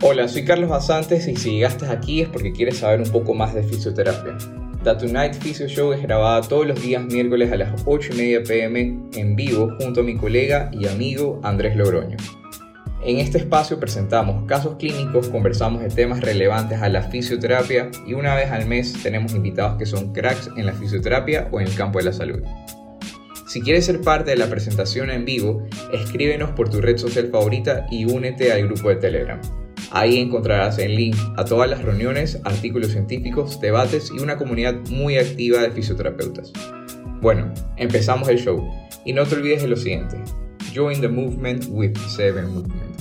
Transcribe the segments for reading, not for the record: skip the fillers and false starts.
Hola, soy Carlos Basantes y si llegaste aquí es porque quieres saber un poco más de fisioterapia. The Tonight Physio Show es grabada todos los días miércoles a las 8:30 p.m. en vivo junto a mi colega y amigo Andrés Logroño. En este espacio presentamos casos clínicos, conversamos de temas relevantes a la fisioterapia y una vez al mes tenemos invitados que son cracks en la fisioterapia o en el campo de la salud. Si quieres ser parte de la presentación en vivo, escríbenos por tu red social favorita y únete al grupo de Telegram. Ahí encontrarás el link a todas las reuniones, artículos científicos, debates y una comunidad muy activa de fisioterapeutas. Bueno, empezamos el show. Y no te olvides de lo siguiente. Join the movement with Seven Movement.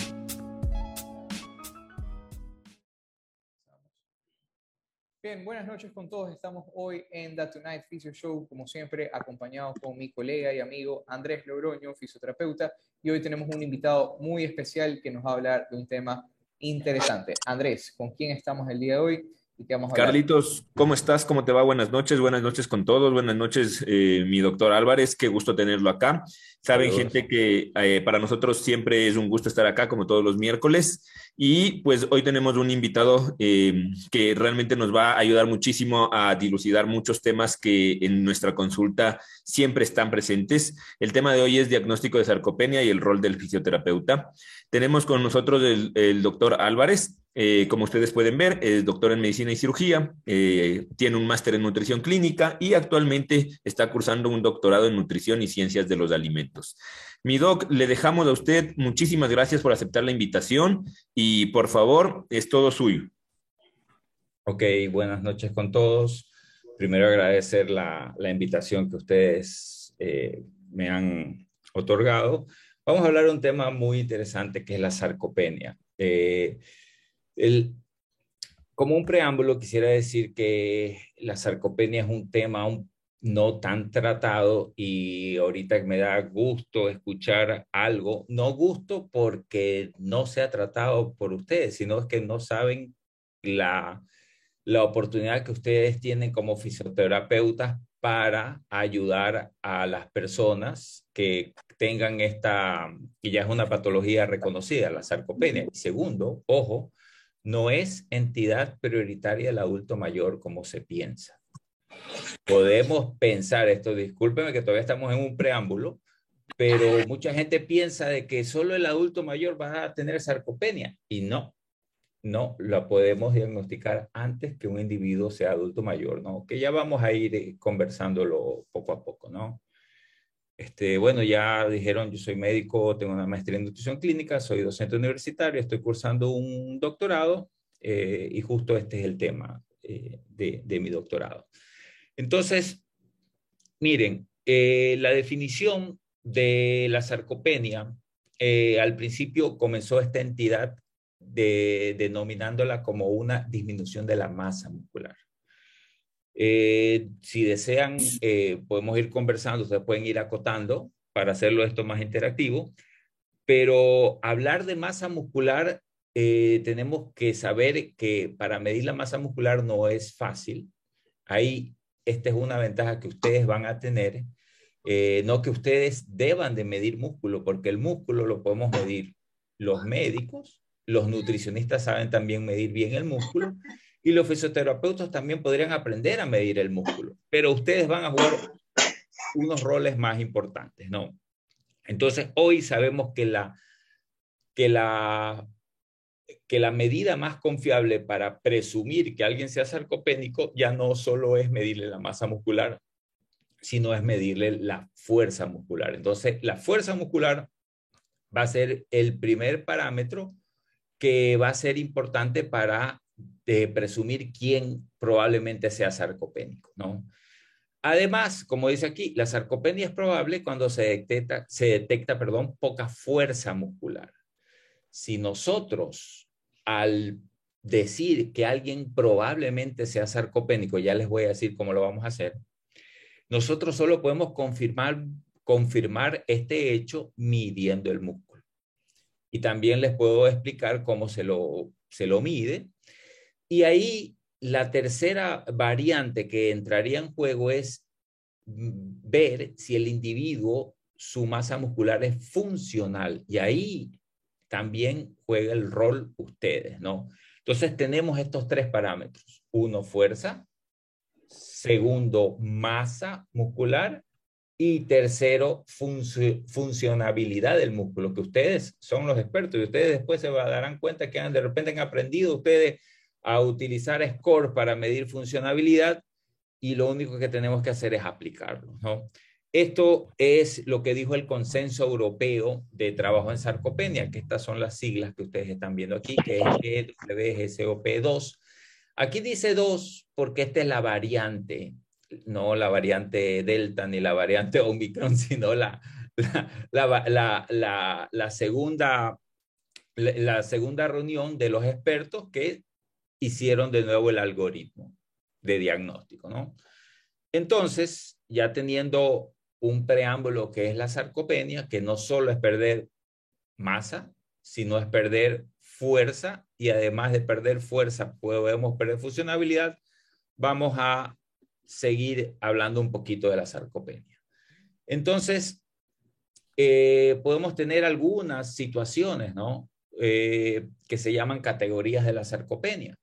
Bien, buenas noches con todos. Estamos hoy en The Tonight Physio Show, como siempre, acompañado con mi colega y amigo Andrés Logroño, fisioterapeuta. Y hoy tenemos un invitado muy especial que nos va a hablar de un tema interesante. Andrés, ¿con quién estamos el día de hoy y qué vamos a hablar? Carlitos, ¿cómo estás? ¿Cómo te va? Buenas noches con todos. Buenas noches, mi doctor Álvarez. Qué gusto tenerlo acá. Saben, Saludos. gente, que para nosotros siempre es un gusto estar acá, como todos los miércoles. Y pues hoy tenemos un invitado que realmente nos va a ayudar muchísimo a dilucidar muchos temas que en nuestra consulta siempre están presentes. El tema de hoy es diagnóstico de sarcopenia y el rol del fisioterapeuta. Tenemos con nosotros el doctor Álvarez. Como ustedes pueden ver, es doctor en medicina y cirugía, tiene un máster en nutrición clínica y actualmente está cursando un doctorado en nutrición y ciencias de los alimentos. Mi doc, le dejamos a usted. Muchísimas gracias por aceptar la invitación y por favor, es todo suyo. Ok, buenas noches con todos. Primero agradecer la invitación que ustedes me han otorgado. Vamos a hablar de un tema muy interesante que es la sarcopenia. El- Como un preámbulo, quisiera decir que la sarcopenia es un tema no tan tratado y ahorita me da gusto escuchar algo, no gusto porque no se ha tratado por ustedes, sino es que no saben la la oportunidad que ustedes tienen como fisioterapeutas para ayudar a las personas que tengan que ya es una patología reconocida, la sarcopenia. Y segundo, ojo, no es entidad prioritaria el adulto mayor como se piensa. Podemos pensar esto, discúlpeme que todavía estamos en un preámbulo, pero mucha gente piensa de que solo el adulto mayor va a tener sarcopenia y no la podemos diagnosticar antes que un individuo sea adulto mayor, ¿no? Que ya vamos a ir conversándolo poco a poco, ¿no? Bueno, ya dijeron, yo soy médico, tengo una maestría en nutrición clínica, soy docente universitario, estoy cursando un doctorado y justo este es el tema de mi doctorado. Entonces, miren, la definición de la sarcopenia, al principio comenzó esta entidad denominándola como una disminución de la masa muscular. Si desean, podemos ir conversando, ustedes pueden ir acotando para hacerlo esto más interactivo, pero hablar de masa muscular, tenemos que saber que para medir la masa muscular no es fácil. Ahí, esta es una ventaja que ustedes van a tener, no que ustedes deban de medir músculo, porque el músculo lo podemos medir los médicos, los nutricionistas saben también medir bien el músculo, y los fisioterapeutas también podrían aprender a medir el músculo, pero ustedes van a jugar unos roles más importantes, ¿no? Entonces, hoy sabemos que la, que la medida más confiable para presumir que alguien sea sarcopénico ya no solo es medirle la masa muscular, sino es medirle la fuerza muscular. Entonces, la fuerza muscular va a ser el primer parámetro que va a ser importante para presumir quién probablemente sea sarcopénico, ¿no? Además, como dice aquí, la sarcopenia es probable cuando se detecta, poca fuerza muscular. Si nosotros, al decir que alguien probablemente sea sarcopénico, ya les voy a decir cómo lo vamos a hacer, nosotros solo podemos confirmar este hecho midiendo el músculo. Y también les puedo explicar cómo se lo mide. Y ahí la tercera variante que entraría en juego es ver si el individuo, su masa muscular es funcional. Y ahí también juega el rol ustedes, ¿no? Entonces tenemos estos tres parámetros. Uno, fuerza. Segundo, masa muscular. Y tercero, funcionabilidad del músculo, que ustedes son los expertos y ustedes después se darán cuenta que de repente han aprendido ustedes a utilizar SCORE para medir funcionabilidad y lo único que tenemos que hacer es aplicarlo, ¿no? Esto es lo que dijo el Consenso Europeo de Trabajo en Sarcopenia, que estas son las siglas que ustedes están viendo aquí, que es EWGSOP2. Aquí dice 2 porque esta es la variante, no la variante Delta ni la variante Omicron, sino la segunda reunión de los expertos que hicieron de nuevo el algoritmo de diagnóstico, ¿no? Entonces, ya teniendo un preámbulo que es la sarcopenia, que no solo es perder masa, sino es perder fuerza, y además de perder fuerza, podemos perder funcionabilidad, vamos a seguir hablando un poquito de la sarcopenia. Entonces, podemos tener algunas situaciones, ¿no? Que se llaman categorías de la sarcopenia.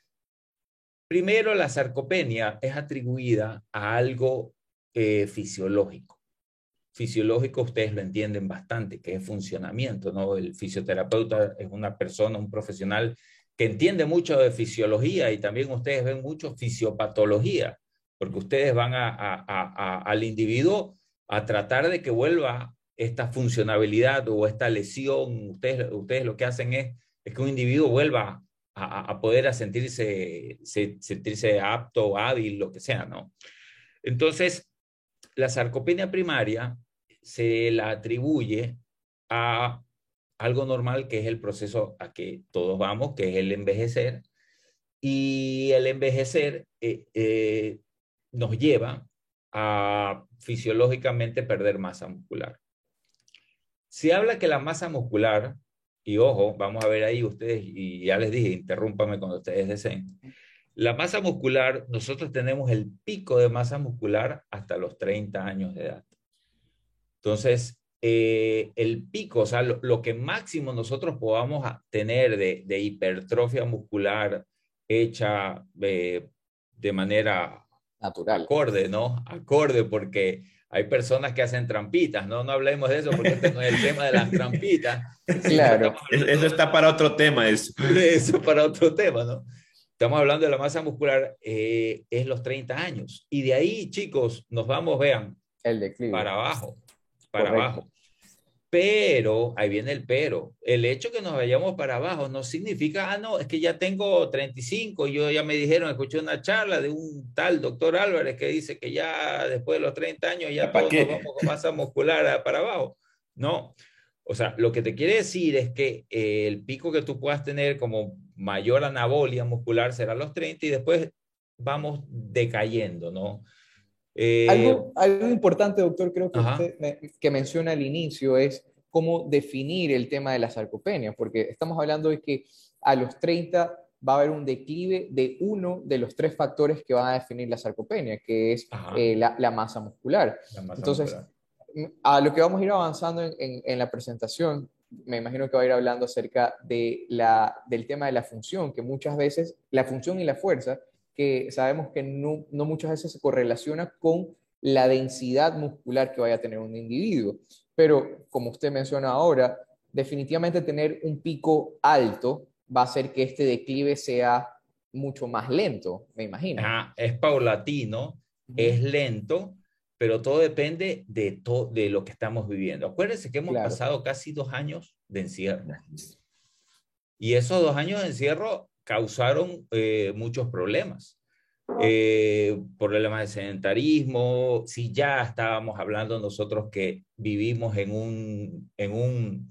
Primero, la sarcopenia es atribuida a algo fisiológico. Fisiológico, ustedes lo entienden bastante, que es funcionamiento, ¿no? El fisioterapeuta es una persona, un profesional que entiende mucho de fisiología, y también ustedes ven mucho fisiopatología, porque ustedes van al individuo a tratar de que vuelva esta funcionabilidad o esta lesión. Ustedes lo que hacen es que un individuo vuelva a poder sentirse apto, hábil, lo que sea, ¿no? Entonces, la sarcopenia primaria se la atribuye a algo normal, que es el proceso a que todos vamos, que es el envejecer. Y el envejecer nos lleva a fisiológicamente perder masa muscular. Se habla que la masa muscular, y ojo, vamos a ver ahí ustedes, y ya les dije, interrúmpame cuando ustedes deseen. La masa muscular, nosotros tenemos el pico de masa muscular hasta los 30 años de edad. Entonces, el pico, o sea, lo que máximo nosotros podamos tener de hipertrofia muscular hecha de manera natural, acorde, ¿no? Acorde, porque hay personas que hacen trampitas, ¿no? No hablemos de eso porque este no es el tema de las trampitas. Claro. Eso está para otro tema. Eso para otro tema, ¿no? Estamos hablando de la masa muscular, es los 30 años. Y de ahí, chicos, nos vamos, vean, el declive. Para abajo, para abajo. Pero, ahí viene el pero. El hecho que nos vayamos para abajo no significa, no, es que ya tengo 35, yo ya me dijeron, escuché una charla de un tal doctor Álvarez que dice que ya después de los 30 años ya todos nos vamos con masa muscular para abajo. No, o sea, lo que te quiere decir es que el pico que tú puedas tener como mayor anabolia muscular será a los 30 y después vamos decayendo, ¿no? Algo importante, doctor, creo que usted que menciona al inicio es cómo definir el tema de la sarcopenia, porque estamos hablando de que a los 30 va a haber un declive de uno de los tres factores que van a definir la sarcopenia, que es la masa muscular. Entonces, a lo que vamos a ir avanzando en la presentación, me imagino que va a ir hablando acerca de del tema de la función, que muchas veces la función y la fuerza, que sabemos que no muchas veces se correlaciona con la densidad muscular que vaya a tener un individuo. Pero, como usted menciona ahora, definitivamente tener un pico alto va a hacer que este declive sea mucho más lento, me imagino. Es paulatino, es lento, pero todo depende de lo que estamos viviendo. Acuérdense que hemos pasado casi 2 años de encierro. Y esos 2 años de encierro causaron muchos problemas. Problemas de sedentarismo. Si ya estábamos hablando nosotros que vivimos en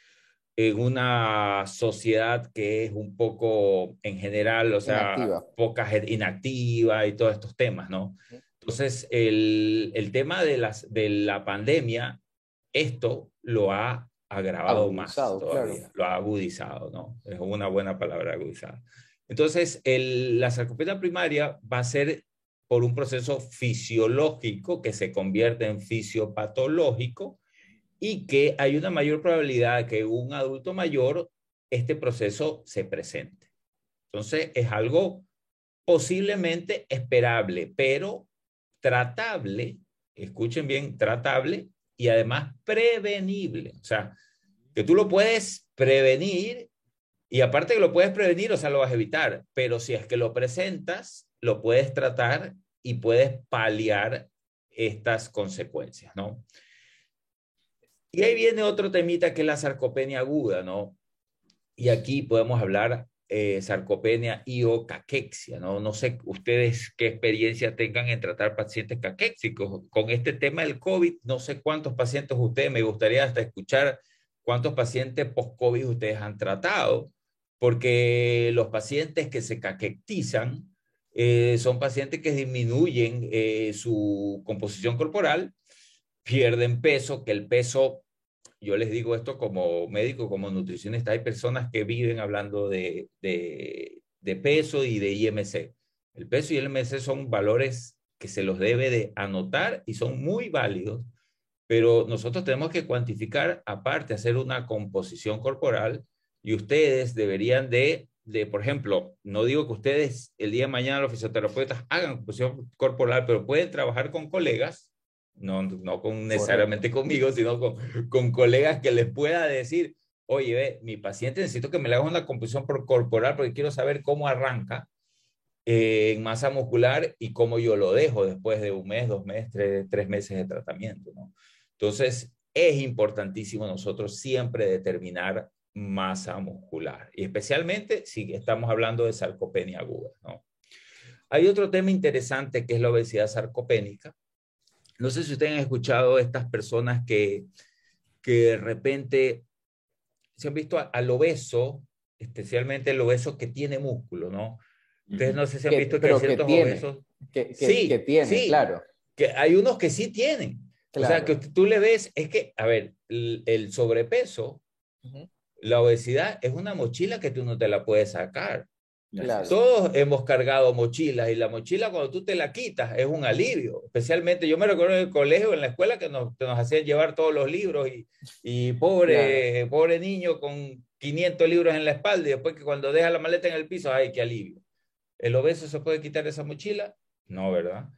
una sociedad que es un poco, en general, o sea, inactiva y todos estos temas, ¿no? Entonces, el tema de la pandemia, esto lo ha agravado más todavía, lo ha agudizado, ¿no? Es una buena palabra, agudizado. Entonces, la sarcopenia primaria va a ser por un proceso fisiológico que se convierte en fisiopatológico y que hay una mayor probabilidad de que un adulto mayor este proceso se presente. Entonces, es algo posiblemente esperable, pero tratable, escuchen bien, tratable y además prevenible. O sea, que tú lo puedes prevenir y aparte que lo puedes prevenir, o sea, lo vas a evitar, pero si es que lo presentas, lo puedes tratar y puedes paliar estas consecuencias, ¿no? Y ahí viene otro temita que es la sarcopenia aguda, ¿no? Y aquí podemos hablar sarcopenia y o caquexia, ¿no? No sé ustedes qué experiencia tengan en tratar pacientes caquéxicos. Con este tema del COVID, no sé cuántos pacientes ustedes, me gustaría hasta escuchar cuántos pacientes post-COVID ustedes han tratado, porque los pacientes que se caquectizan son pacientes que disminuyen su composición corporal, pierden peso, que el peso, yo les digo esto como médico, como nutricionista, hay personas que viven hablando de peso y de IMC. El peso y el IMC son valores que se los debe de anotar y son muy válidos, pero nosotros tenemos que cuantificar, aparte, hacer una composición corporal y ustedes deberían por ejemplo, no digo que ustedes el día de mañana los fisioterapeutas hagan composición corporal, pero pueden trabajar con colegas no necesariamente conmigo, sino con colegas que les pueda decir, oye, ve, mi paciente necesito que me le haga una composición corporal porque quiero saber cómo arranca en masa muscular y cómo yo lo dejo después de un mes, 2 meses, tres meses de tratamiento, ¿no? Entonces, es importantísimo nosotros siempre determinar masa muscular, y especialmente si estamos hablando de sarcopenia aguda, ¿no? Hay otro tema interesante que es la obesidad sarcopénica. No sé si ustedes han escuchado estas personas que de repente se han visto al obeso, especialmente el obeso que tiene músculo, ¿no? Ustedes no sé si han visto que hay Pero que ciertos tiene, obesos. que Sí, tiene, sí, claro, que hay unos que sí tienen. O sea, que claro. tú le ves, es que, a ver, el sobrepeso, Ujú, la obesidad es una mochila que tú no te la puedes sacar. claro. Todos hemos cargado mochilas y la mochila cuando tú te la quitas es un alivio. Especialmente yo me recuerdo en el colegio, en la escuela, que nos hacían llevar todos los libros y Claro. pobre niño con 500 libros en la espalda y después que cuando deja la maleta en el piso, ¡ay, qué alivio! ¿El obeso se puede quitar esa mochila? No, ¿verdad?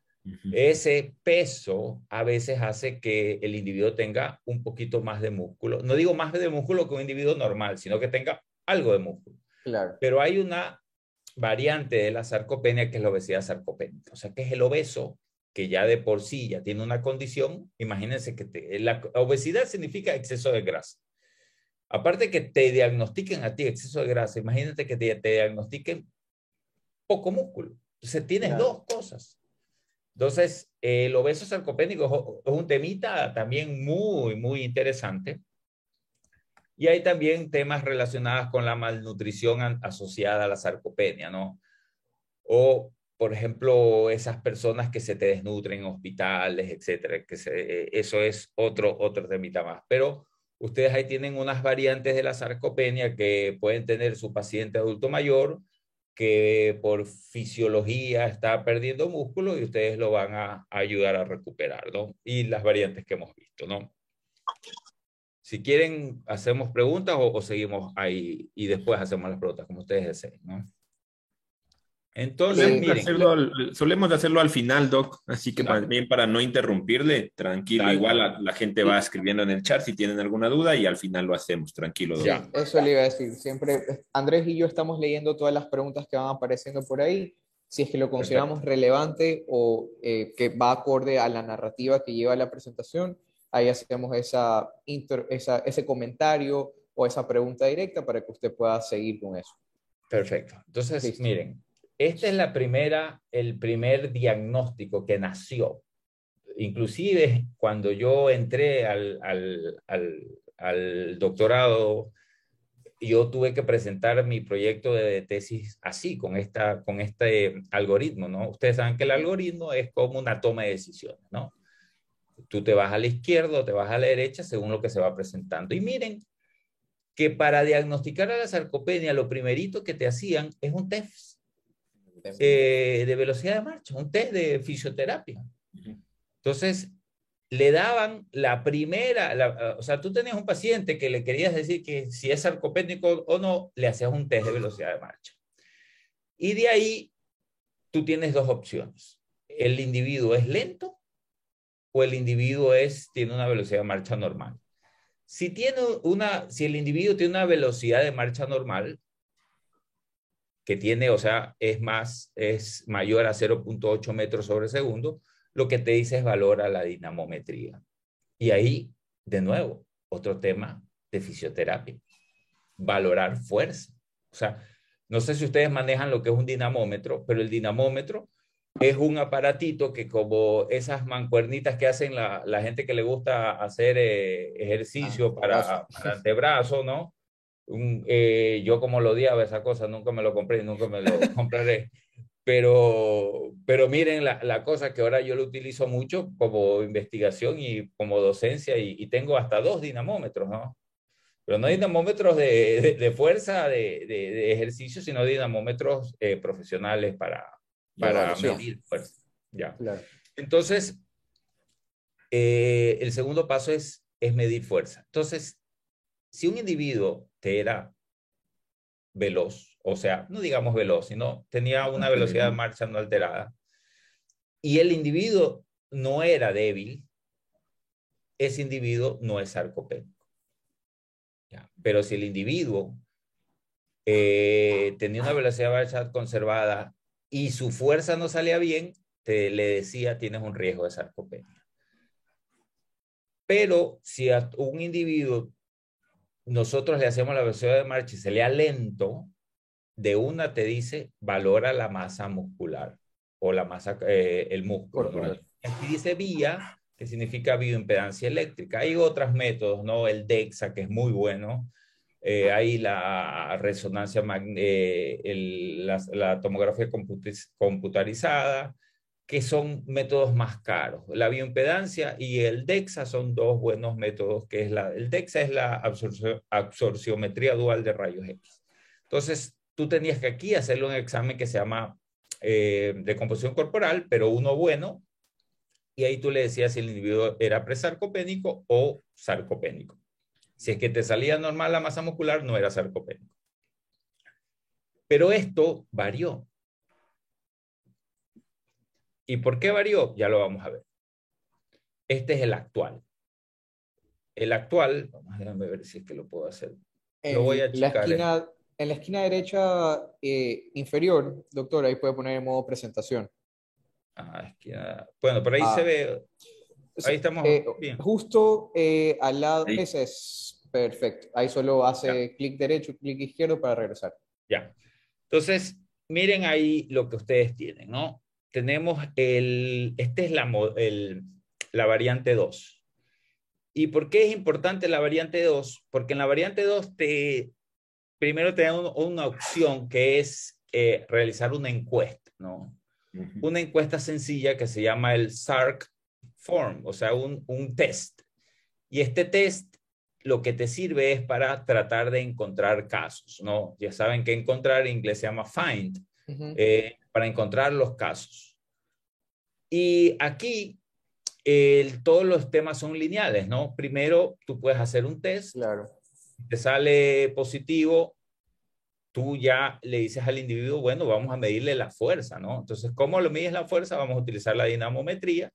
Ese peso a veces hace que el individuo tenga un poquito más de músculo. No digo más de músculo que un individuo normal, sino que tenga algo de músculo. Claro. Pero hay una variante de la sarcopenia que es la obesidad sarcopénica. O sea, que es el obeso que ya de por sí ya tiene una condición. Imagínense que la obesidad significa exceso de grasa. Aparte que te diagnostiquen a ti exceso de grasa, imagínate que te diagnostiquen poco músculo. Entonces tienes Claro. dos cosas. Entonces, el obeso sarcopénico es un temita también muy, muy interesante. Y hay también temas relacionados con la malnutrición asociada a la sarcopenia, ¿no? O, por ejemplo, esas personas que se te desnutren en hospitales, etcétera, eso es otro temita más. Pero ustedes ahí tienen unas variantes de la sarcopenia que pueden tener su paciente adulto mayor que por fisiología está perdiendo músculo y ustedes lo van a ayudar a recuperar, ¿no? Y las variantes que hemos visto, ¿no? Si quieren, hacemos preguntas o seguimos ahí y después hacemos las preguntas, como ustedes deseen, ¿no? Entonces, Solemos miren, hacerlo solemos hacerlo al final, Doc, así que más ya, bien para no interrumpirle, tranquilo, dale, igual la gente va escribiendo en el chat si tienen alguna duda y al final lo hacemos, tranquilo, Doc. Sí, ya. eso le iba a decir. Siempre Andrés y yo estamos leyendo todas las preguntas que van apareciendo por ahí. Si es que lo consideramos Perfecto. relevante o que va acorde a la narrativa que lleva la presentación, ahí hacemos ese comentario o esa pregunta directa para que usted pueda seguir con eso. Perfecto. Entonces, Listo. miren, este es el primer diagnóstico que nació. Inclusive cuando yo entré al doctorado, yo tuve que presentar mi proyecto de tesis así, con este algoritmo, ¿no? Ustedes saben que el algoritmo es como una toma de decisiones, ¿no? Tú te vas a la izquierda o te vas a la derecha según lo que se va presentando. Y miren que para diagnosticar a la sarcopenia, lo primerito que te hacían es un test de velocidad de marcha, un test de fisioterapia. Entonces, le daban la primera, o sea, tú tenías un paciente que le querías decir que si es sarcopénico o no, le hacías un test de velocidad de marcha. Y de ahí tú tienes dos opciones. El individuo es lento o el individuo tiene una velocidad de marcha normal. Si el individuo tiene una velocidad de marcha normal, que tiene, o sea, es mayor a 0.8 metros sobre segundo, lo que te dice es valora la dinamometría. Y ahí, de nuevo, otro tema de fisioterapia, valorar fuerza. O sea, no sé si ustedes manejan lo que es un dinamómetro, pero el dinamómetro es un aparatito que como esas mancuernitas que hacen la gente que le gusta hacer ejercicio para antebrazo, ¿no? Yo como lo odiaba esa cosa, nunca me lo compré y nunca me lo compraré. Pero miren la cosa que ahora yo lo utilizo mucho como investigación y como docencia y tengo hasta 2 dinamómetros, ¿no? Pero no dinamómetros de fuerza, de ejercicio, sino dinamómetros profesionales para medir fuerza. Ya. Claro. Entonces, el segundo paso es medir fuerza. Entonces, si un individuo te era veloz, o sea, no digamos veloz, sino tenía una velocidad de marcha no alterada, y el individuo no era débil, ese individuo no es sarcopénico. ¿Ya? Pero si el individuo tenía una velocidad de marcha conservada y su fuerza no salía bien, le decía, tienes un riesgo de sarcopenia. Pero si a un individuo nosotros le hacemos la velocidad de marcha y se lea lento, de una te dice, valora la masa muscular o la masa, el músculo. ¿No? Aquí dice vía, que significa bioimpedancia eléctrica. Hay otros métodos, ¿no? El DEXA, que es muy bueno. Hay la resonancia, la tomografía computarizada, que son métodos más caros. La bioimpedancia y el DEXA son dos buenos métodos, que es el DEXA es la absorciometría dual de rayos X. Entonces, tú tenías que aquí hacerle un examen que se llama de composición corporal, pero uno bueno, y ahí tú le decías si el individuo era presarcopénico o sarcopénico. Si es que te salía normal la masa muscular, no era sarcopénico. Pero esto varió. ¿Y por qué varió? Ya lo vamos a ver. Este es el actual. El actual, déjame ver si es que lo puedo hacer. Lo voy a achicar. En la esquina derecha inferior, doctor, ahí puede poner en modo presentación. Esquina. Bueno, por ahí se ve. Ahí estamos bien. Justo al lado, Ahí. ese es perfecto. Ahí solo hace clic derecho, clic izquierdo para regresar. Ya. Entonces, miren ahí lo que ustedes tienen, ¿no? Tenemos esta es la variante 2. ¿Y por qué es importante la variante 2? Porque en la variante 2 primero te dan una opción que es realizar una encuesta, ¿no? Una encuesta sencilla que se llama el SARC Form, o sea, un test. Y este test lo que te sirve es para tratar de encontrar casos, ¿no? Ya saben que encontrar en inglés se llama find, para encontrar los casos. Y aquí todos los temas son lineales, ¿no? Primero tú puedes hacer un test, claro. te sale positivo, tú ya le dices al individuo, bueno, vamos a medirle la fuerza, ¿no? Entonces, ¿cómo lo mides la fuerza? Vamos a utilizar la dinamometría.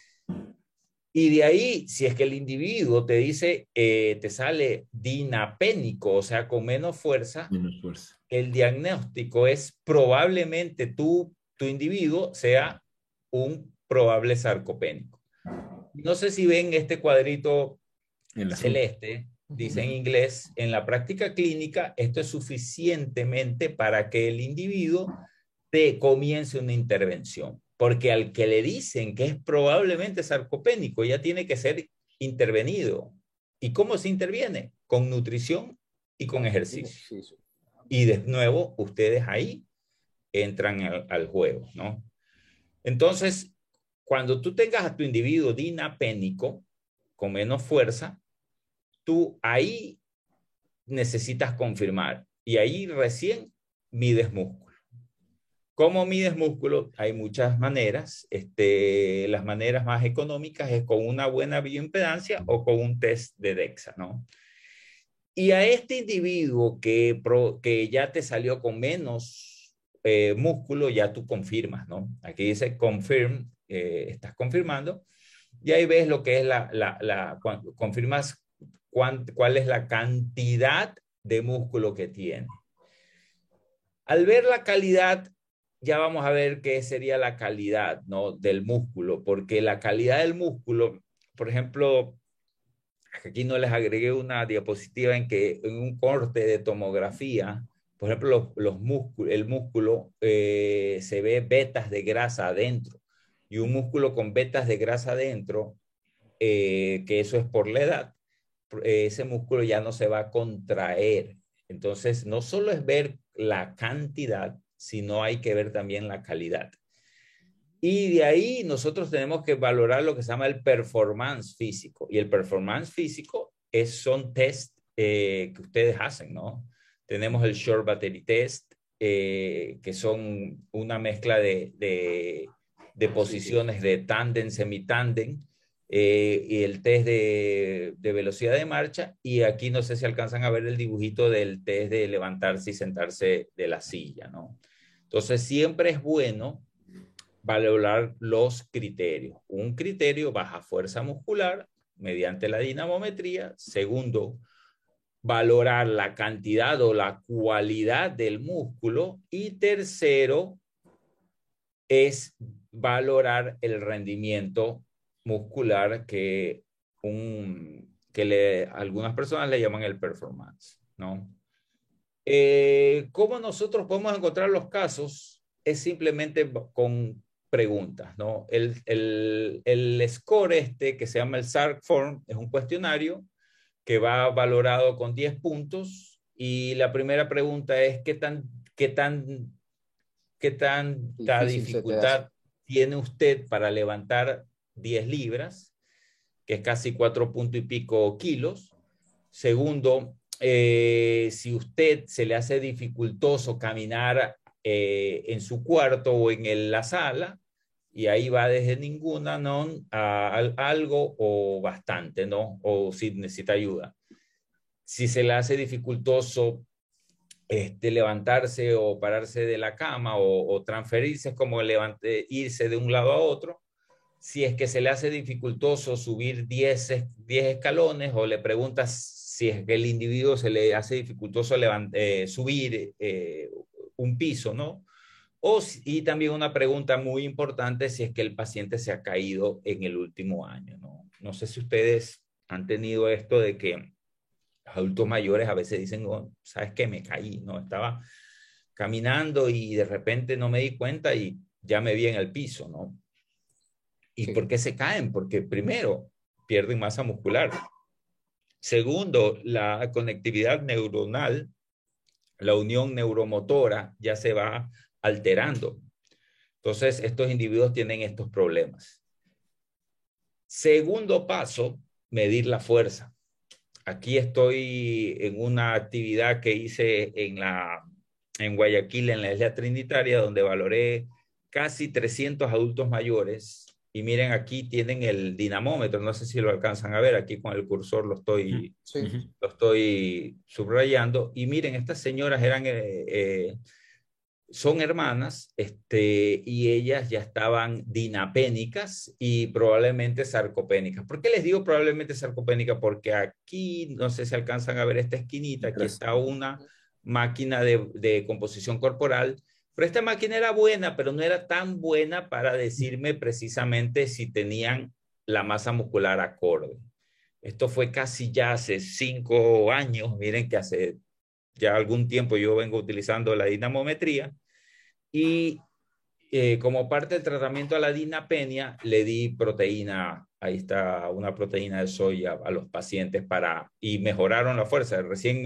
Y de ahí, si es que el individuo te dice, te sale dinapénico, o sea, con menos fuerza, el diagnóstico es probablemente tu individuo sea un probable sarcopénico. No sé si ven este cuadrito celeste, dice en inglés, en la práctica clínica, esto es suficientemente para que el individuo te comience una intervención. Porque al que le dicen que es probablemente sarcopénico ya tiene que ser intervenido. ¿Y cómo se interviene? Con nutrición y con ejercicio. Y de nuevo, ustedes ahí entran al juego, ¿no? Entonces, cuando tú tengas a tu individuo dinapénico, con menos fuerza, tú ahí necesitas confirmar. Y ahí recién mides músculo. ¿Cómo mides músculo? Hay muchas maneras. Las maneras más económicas es con una buena bioimpedancia o con un test de DEXA, ¿no? Y a este individuo que ya te salió con menos músculo, ya tú confirmas, ¿no? Aquí dice confirm, estás confirmando, y ahí ves lo que es confirmas cuál es la cantidad de músculo que tiene. Al ver la calidad, ya vamos a ver qué sería la calidad, ¿no? Del músculo, porque la calidad del músculo, por ejemplo, aquí no les agregué una diapositiva en que en un corte de tomografía, por ejemplo, el músculo se ve vetas de grasa adentro, y un músculo con vetas de grasa adentro, que eso es por la edad, ese músculo ya no se va a contraer. Entonces, no solo es ver la cantidad, sino hay que ver también la calidad. Y de ahí nosotros tenemos que valorar lo que se llama el performance físico. Y el performance físico son test que ustedes hacen, ¿no? Tenemos el Short Battery Test, que son una mezcla de posiciones de tándem, semitándem, y el test de velocidad de marcha. Y aquí no sé si alcanzan a ver el dibujito del test de levantarse y sentarse de la silla, ¿no? Entonces, siempre es bueno valorar los criterios. Un criterio, baja fuerza muscular mediante la dinamometría. Segundo, valorar la cantidad o la cualidad del músculo. Y tercero, es valorar el rendimiento muscular algunas personas le llaman el performance, ¿no? ¿Cómo nosotros podemos encontrar los casos? Es simplemente con preguntas, ¿no? El score que se llama el SARC Form es un cuestionario que va valorado con 10 puntos, y la primera pregunta es qué tanta dificultad tiene usted para levantar 10 libras, que es casi 4 puntos y pico kilos. Segundo, si usted se le hace dificultoso caminar en su cuarto o en la sala, y ahí va desde ninguna, ¿no? A algo o bastante, ¿no? O si necesita ayuda. Si se le hace dificultoso levantarse o pararse de la cama o transferirse, es como irse de un lado a otro. Si es que se le hace dificultoso subir 10 escalones, o le preguntas si es que el individuo se le hace dificultoso subir un piso, ¿no? Y también una pregunta muy importante, si es que el paciente se ha caído en el último año, ¿no? No sé si ustedes han tenido esto de que los adultos mayores a veces dicen, oh, ¿sabes qué? Me caí, ¿no? Estaba caminando y de repente no me di cuenta y ya me vi en el piso, ¿no? ¿Y por qué se caen? Porque primero, pierden masa muscular. Segundo, la conectividad neuronal, la unión neuromotora ya se va alterando. Entonces, estos individuos tienen estos problemas. Segundo paso, medir la fuerza. Aquí estoy en una actividad que hice en Guayaquil, en la isla Trinitaria, donde valoré casi 300 adultos mayores. Y miren, aquí tienen el dinamómetro, no sé si lo alcanzan a ver, aquí con el cursor lo estoy subrayando. Y miren, estas señoras son hermanas, y ellas ya estaban dinapénicas y probablemente sarcopénicas. ¿Por qué les digo probablemente sarcopénicas? Porque aquí, no sé si alcanzan a ver esta esquinita, aquí está una máquina de composición corporal, pero esta máquina era buena, pero no era tan buena para decirme precisamente si tenían la masa muscular acorde. Esto fue casi ya hace 5 años, miren que hace ya algún tiempo yo vengo utilizando la dinamometría, y como parte del tratamiento a la dinapenia, le di proteína, ahí está una proteína de soya a los pacientes y mejoraron la fuerza. Recién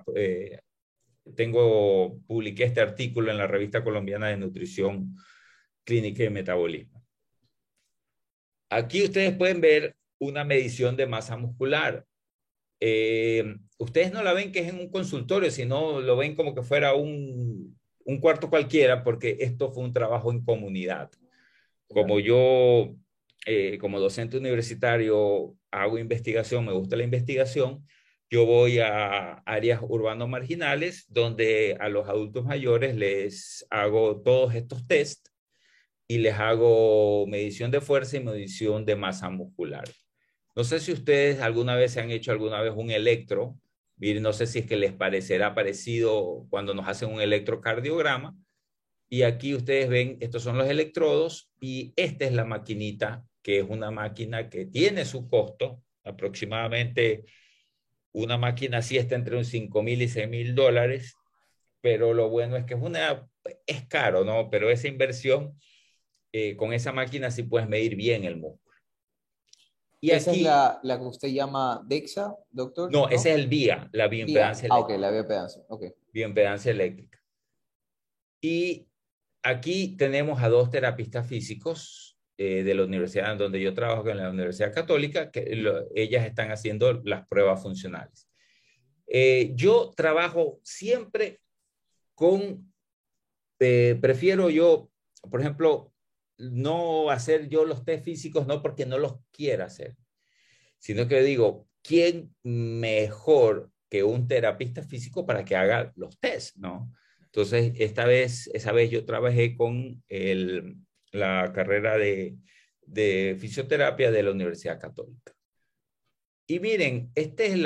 publiqué este artículo en la Revista Colombiana de Nutrición Clínica y Metabolismo. Aquí ustedes pueden ver una medición de masa muscular. Ustedes no la ven que es en un consultorio, sino lo ven como que fuera un cuarto cualquiera, porque esto fue un trabajo en comunidad. Claro. Como yo, como docente universitario, hago investigación, me gusta la investigación, yo voy a áreas urbanos marginales donde a los adultos mayores les hago todos estos test y les hago medición de fuerza y medición de masa muscular. No sé si ustedes alguna vez se han hecho alguna vez un electro. Miren, no sé si es que les parecerá parecido cuando nos hacen un electrocardiograma. Y aquí ustedes ven, estos son los electrodos y esta es la maquinita, que es una máquina que tiene su costo, aproximadamente una máquina así está entre un 5,000 y 6,000 dólares, pero lo bueno es que es caro, ¿no? Pero esa inversión, con esa máquina sí puedes medir bien el músculo. Y Esa es aquí, la que usted llama DEXA, doctor, no, ese ¿no? es el VIA, la Vía. bioimpedancia Ah, ok, eléctrica. la bioimpedancia. Ok. Bioimpedancia eléctrica. Y aquí tenemos a dos terapistas físicos de la universidad en donde yo trabajo, en la Universidad Católica, que ellas están haciendo las pruebas funcionales. Yo trabajo siempre con, prefiero yo, por ejemplo, no hacer yo los test físicos, no porque no los quiera hacer, sino que digo, ¿quién mejor que un terapista físico para que haga los test, ¿no? Entonces, esa vez yo trabajé con la carrera de fisioterapia de la Universidad Católica. Y miren, esta es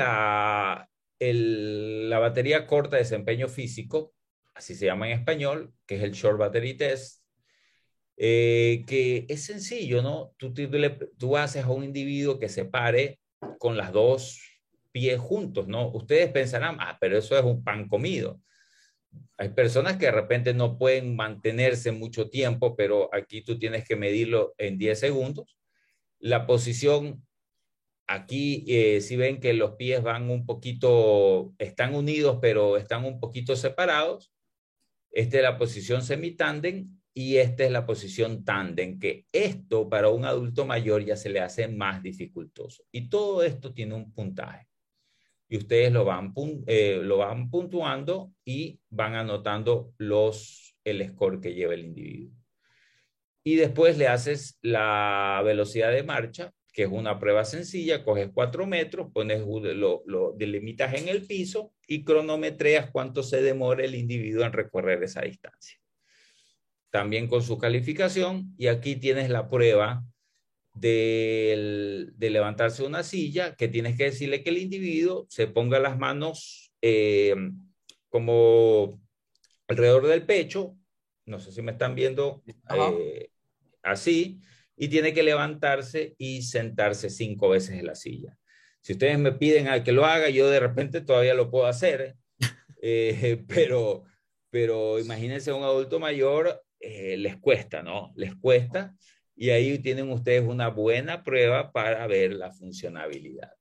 la batería corta de desempeño físico, así se llama en español, que es el Short Battery Test, que es sencillo, ¿no? Tú haces a un individuo que se pare con las dos pies juntos, ¿no? Ustedes pensarán, pero eso es un pan comido. Hay personas que de repente no pueden mantenerse mucho tiempo, pero aquí tú tienes que medirlo en 10 segundos. La posición, aquí si ven que los pies van un poquito, están unidos, pero están un poquito separados. Esta es la posición semitándem y esta es la posición tándem, que esto para un adulto mayor ya se le hace más dificultoso. Y todo esto tiene un puntaje. Y ustedes lo van puntuando y van anotando el score que lleva el individuo. Y después le haces la velocidad de marcha, que es una prueba sencilla, coges 4 metros, lo delimitas en el piso y cronometreas cuánto se demora el individuo en recorrer esa distancia. También con su calificación, y aquí tienes la prueba de levantarse una silla, que tienes que decirle que el individuo se ponga las manos como alrededor del pecho, no sé si me están viendo, Ajá. así, y tiene que levantarse y sentarse 5 veces en la silla. Si ustedes me piden a que lo haga, yo de repente todavía lo puedo hacer, pero imagínense a un adulto mayor, les cuesta, ¿no? Les cuesta, y ahí tienen ustedes una buena prueba para ver la funcionabilidad.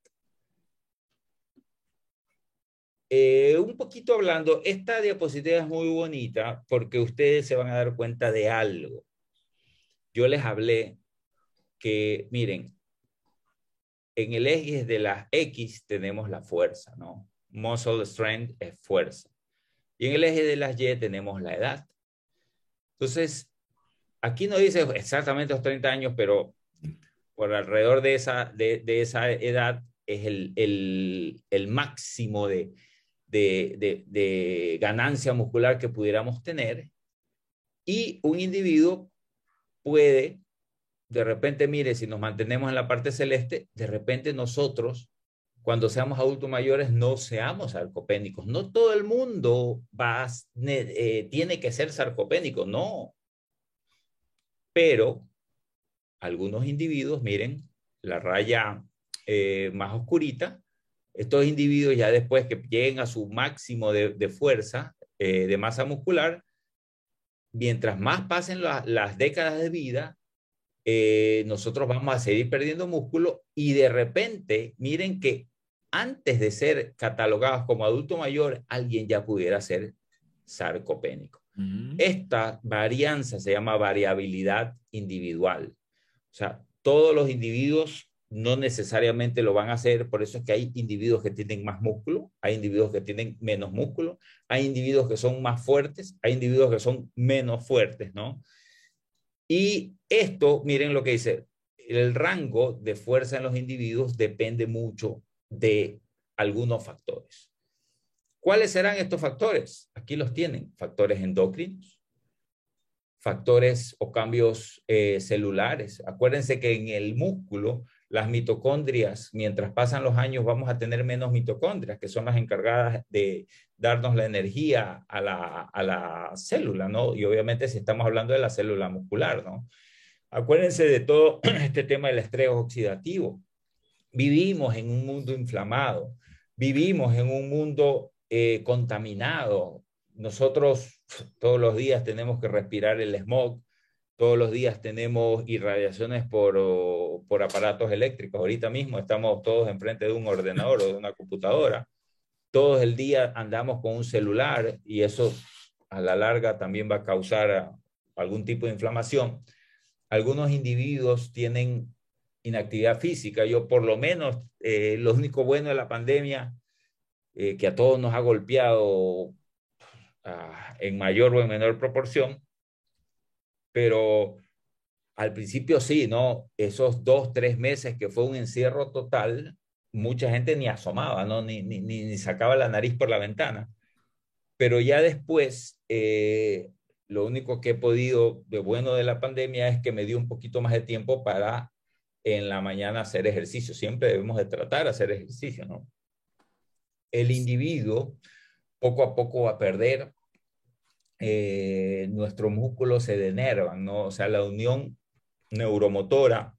Un poquito hablando, esta diapositiva es muy bonita porque ustedes se van a dar cuenta de algo. Yo les hablé que, miren, en el eje de las X tenemos la fuerza, ¿no? Muscle strength es fuerza. Y en el eje de las Y tenemos la edad. Entonces, aquí no dice exactamente los 30 años, pero por alrededor de esa edad es el máximo de ganancia muscular que pudiéramos tener. Y un individuo puede, de repente, mire, si nos mantenemos en la parte celeste, de repente nosotros, cuando seamos adultos mayores, no seamos sarcopénicos. No todo el mundo tiene que ser sarcopénico, no. Pero algunos individuos, miren, la raya más oscurita, estos individuos ya después que lleguen a su máximo de fuerza, de masa muscular, mientras más pasen las décadas de vida, nosotros vamos a seguir perdiendo músculo y de repente, miren que antes de ser catalogados como adulto mayor, alguien ya pudiera ser sarcopénico. Esta varianza se llama variabilidad individual. O sea, todos los individuos no necesariamente lo van a hacer, por eso es que hay individuos que tienen más músculo, hay individuos que tienen menos músculo, hay individuos que son más fuertes, hay individuos que son menos fuertes, ¿no? Y esto, miren lo que dice, el rango de fuerza en los individuos depende mucho de algunos factores. ¿Cuáles serán estos factores? Aquí los tienen, factores endocrinos, factores o cambios celulares. Acuérdense que en el músculo, las mitocondrias, mientras pasan los años, vamos a tener menos mitocondrias, que son las encargadas de darnos la energía a la célula, ¿no? Y obviamente si estamos hablando de la célula muscular, ¿no? Acuérdense de todo este tema del estrés oxidativo. Vivimos en un mundo inflamado, vivimos en un mundo contaminado. Nosotros todos los días tenemos que respirar el smog, todos los días tenemos irradiaciones por aparatos eléctricos. Ahorita mismo estamos todos enfrente de un ordenador o de una computadora. Todo el día andamos con un celular y eso a la larga también va a causar algún tipo de inflamación. Algunos individuos tienen inactividad física. Yo por lo menos, lo único bueno de la pandemia, que a todos nos ha golpeado en mayor o en menor proporción, pero al principio sí, ¿no? Esos 2, 3 meses que fue un encierro total, mucha gente ni asomaba, ¿no? Ni sacaba la nariz por la ventana. Pero ya después, lo único que he podido de bueno de la pandemia es que me dio un poquito más de tiempo para en la mañana hacer ejercicio. Siempre debemos de tratar de hacer ejercicio, ¿no? El individuo poco a poco va a perder, nuestros músculos se denervan, ¿no? O sea, la unión neuromotora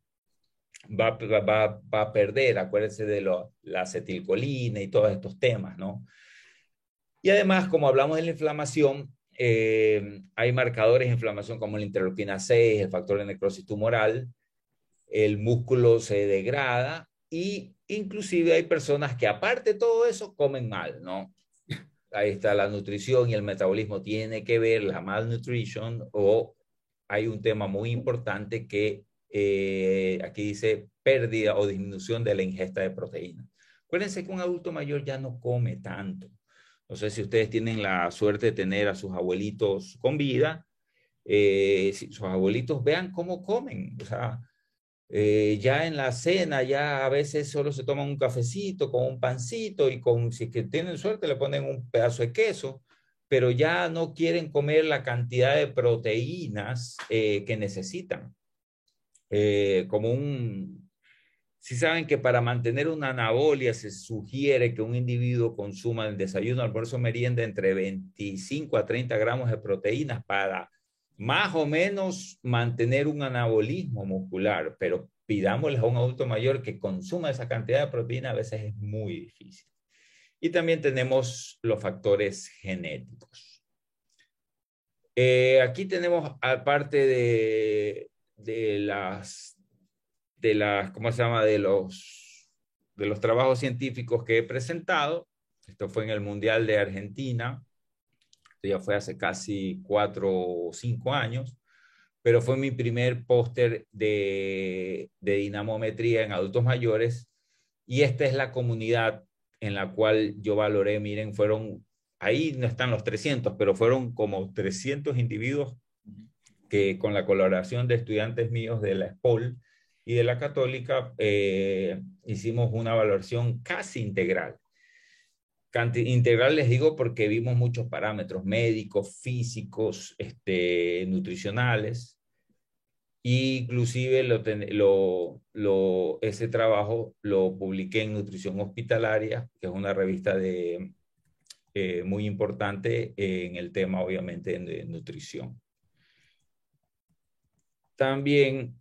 va a perder, acuérdense de la acetilcolina y todos estos temas, ¿no? Y además, como hablamos de la inflamación, hay marcadores de inflamación como la interleuquina 6, el factor de necrosis tumoral, el músculo se degrada y inclusive hay personas que aparte de todo eso comen mal, ¿no? Ahí está la nutrición y el metabolismo tiene que ver, la malnutrition, o hay un tema muy importante que aquí dice pérdida o disminución de la ingesta de proteínas. Acuérdense que un adulto mayor ya no come tanto. No sé si ustedes tienen la suerte de tener a sus abuelitos con vida, si sus abuelitos vean cómo comen, o sea, ya en la cena, ya a veces solo se toman un cafecito con un pancito y con, si es que tienen suerte, le ponen un pedazo de queso, pero ya no quieren comer la cantidad de proteínas que necesitan. Como un, si saben que para mantener una anabolia se sugiere que un individuo consuma el desayuno, almuerzo, merienda entre 25 a 30 gramos de proteínas para más o menos mantener un anabolismo muscular, pero pidámosle a un adulto mayor que consuma esa cantidad de proteína a veces es muy difícil. Y también tenemos los factores genéticos. Aquí tenemos, aparte ¿cómo se llama? De los trabajos científicos que he presentado. Esto fue en el Mundial de Argentina, esto ya fue hace casi 4 o 5 años, pero fue mi primer póster de dinamometría en adultos mayores y esta es la comunidad en la cual yo valoré, miren, ahí no están los 300, pero fueron como 300 individuos que con la colaboración de estudiantes míos de la ESPOL y de la Católica hicimos una valoración casi integral. Integral les digo porque vimos muchos parámetros médicos, físicos, nutricionales. E inclusive ese trabajo lo publiqué en Nutrición Hospitalaria, que es una revista muy importante en el tema, obviamente, de nutrición. También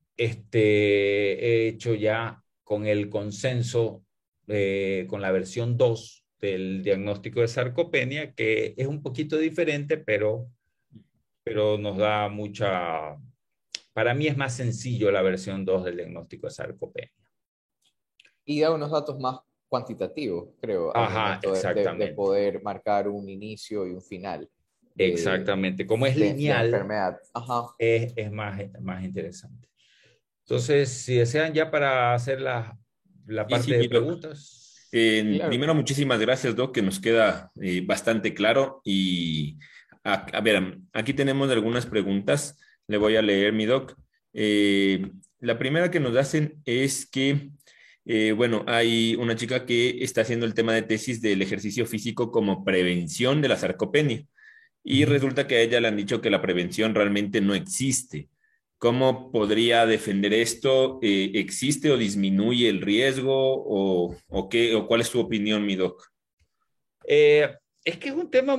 he hecho ya con el consenso, con la versión 2 del diagnóstico de sarcopenia, que es un poquito diferente, pero nos da para mí es más sencillo la versión 2 del diagnóstico de sarcopenia. Y da unos datos más cuantitativos, creo, al Ajá, momento de poder marcar un inicio y un final. Exactamente, como es de lineal, enfermedad. Ajá. es más interesante. Entonces, si desean ya para hacer la Sí, parte sí, de mi Doc. preguntas. Claro. Primero, muchísimas gracias, Doc, que nos queda bastante claro. Y a ver, aquí tenemos algunas preguntas. Le voy a leer, mi Doc. La primera que nos hacen es que, bueno, hay una chica que está haciendo el tema de tesis del ejercicio físico como prevención de la sarcopenia. Y resulta que a ella le han dicho que la prevención realmente no existe. ¿Cómo podría defender esto? ¿Existe o disminuye el riesgo? ¿O qué, o cuál es tu opinión, mi doc? Eh, es que es un tema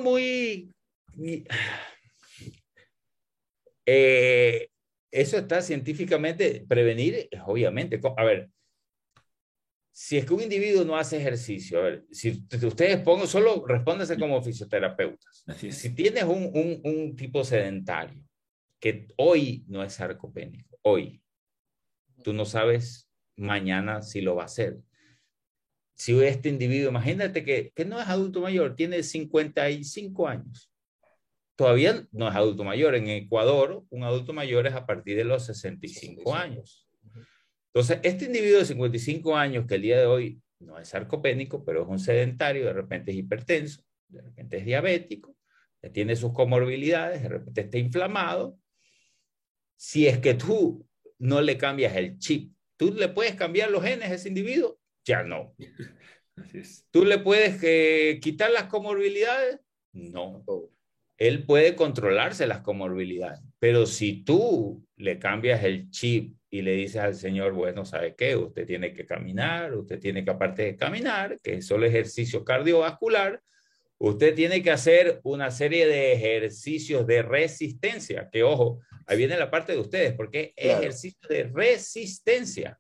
eh, eso está científicamente, prevenir, obviamente. A ver, si es que un individuo no hace ejercicio, a ver, si ustedes pongan, solo respóndanse como fisioterapeutas. Así es. Si tienes un tipo sedentario que hoy no es sarcopénico, hoy, tú no sabes mañana si lo va a hacer. Si este individuo, imagínate que no es adulto mayor, tiene 55 años, todavía no es adulto mayor. En Ecuador, un adulto mayor es a partir de los 65 65. años. Entonces, este individuo de 55 años, que el día de hoy no es sarcopénico, pero es un sedentario, de repente es hipertenso, de repente es diabético, tiene sus comorbilidades, de repente está inflamado. Si es que tú no le cambias el chip, ¿tú le puedes cambiar los genes a ese individuo? Ya no. Así es. ¿Tú le puedes quitar las comorbilidades? No. Oh, Él puede controlarse las comorbilidades, pero si tú le cambias el chip y le dices al señor, bueno, ¿sabe qué? Usted tiene que caminar, usted tiene que, aparte de caminar, que es solo ejercicio cardiovascular, usted tiene que hacer una serie de ejercicios de resistencia, que ojo, ahí viene la parte de ustedes, porque es claro. ejercicio de resistencia.